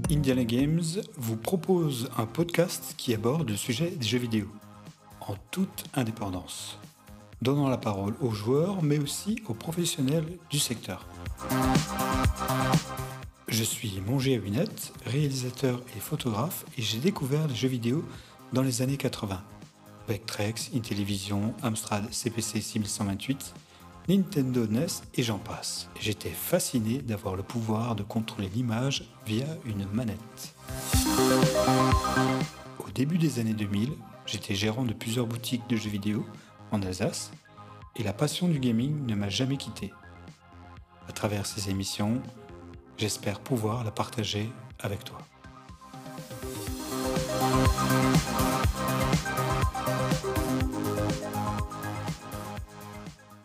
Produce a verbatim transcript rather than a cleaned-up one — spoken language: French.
Indiana Games vous propose un podcast qui aborde le sujet des jeux vidéo, en toute indépendance, donnant la parole aux joueurs mais aussi aux professionnels du secteur. Je suis Mongé Awinette, réalisateur et photographe, et j'ai découvert les jeux vidéo dans les années quatre-vingts, avec Trex, Intellivision, Amstrad C P C six mille cent vingt-huit, Nintendo N E S et j'en passe. J'étais fasciné d'avoir le pouvoir de contrôler l'image via une manette. Au début des années deux mille, j'étais gérant de plusieurs boutiques de jeux vidéo en Alsace et la passion du gaming ne m'a jamais quitté. À travers ces émissions, j'espère pouvoir la partager avec toi.